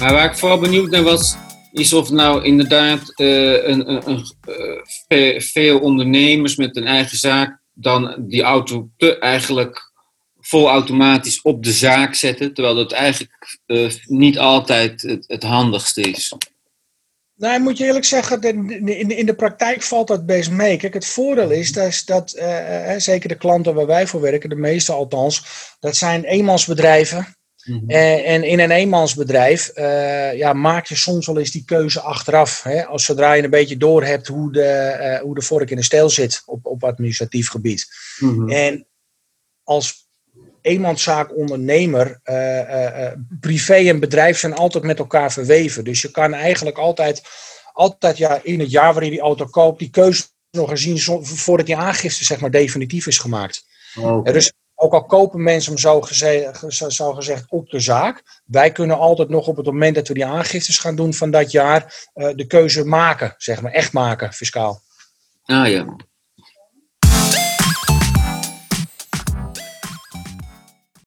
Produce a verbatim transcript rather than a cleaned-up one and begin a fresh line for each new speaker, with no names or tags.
Maar waar ik vooral benieuwd naar was, is of nou inderdaad uh, een, een, een, uh, veel ondernemers met een eigen zaak dan die auto te eigenlijk volautomatisch op de zaak zetten, terwijl dat eigenlijk uh, niet altijd het, het handigste is.
Nou, moet je eerlijk zeggen, in de, in de praktijk valt dat best mee. Kijk, het voordeel is dat, dat uh, zeker de klanten waar wij voor werken, de meeste althans, dat zijn eenmansbedrijven. Mm-hmm. Uh, en in een eenmansbedrijf uh, ja, maak je soms wel eens die keuze achteraf. Hè? Als zodra je een beetje door hebt hoe de, uh, hoe de vork in de steel zit op, op administratief gebied. Mm-hmm. En als eenmanszaak ondernemer, uh, uh, privé en bedrijf zijn altijd met elkaar verweven. Dus je kan eigenlijk altijd, altijd ja, in het jaar waarin je die auto koopt, die keuze nog eens zien voordat die aangifte zeg maar definitief is gemaakt. Okay. Uh, dus ook al kopen mensen hem zo gezegd, zo gezegd op de zaak, wij kunnen altijd nog op het moment dat we die aangiftes gaan doen van dat jaar, uh, de keuze maken, zeg maar, echt maken, fiscaal.
Ah ja.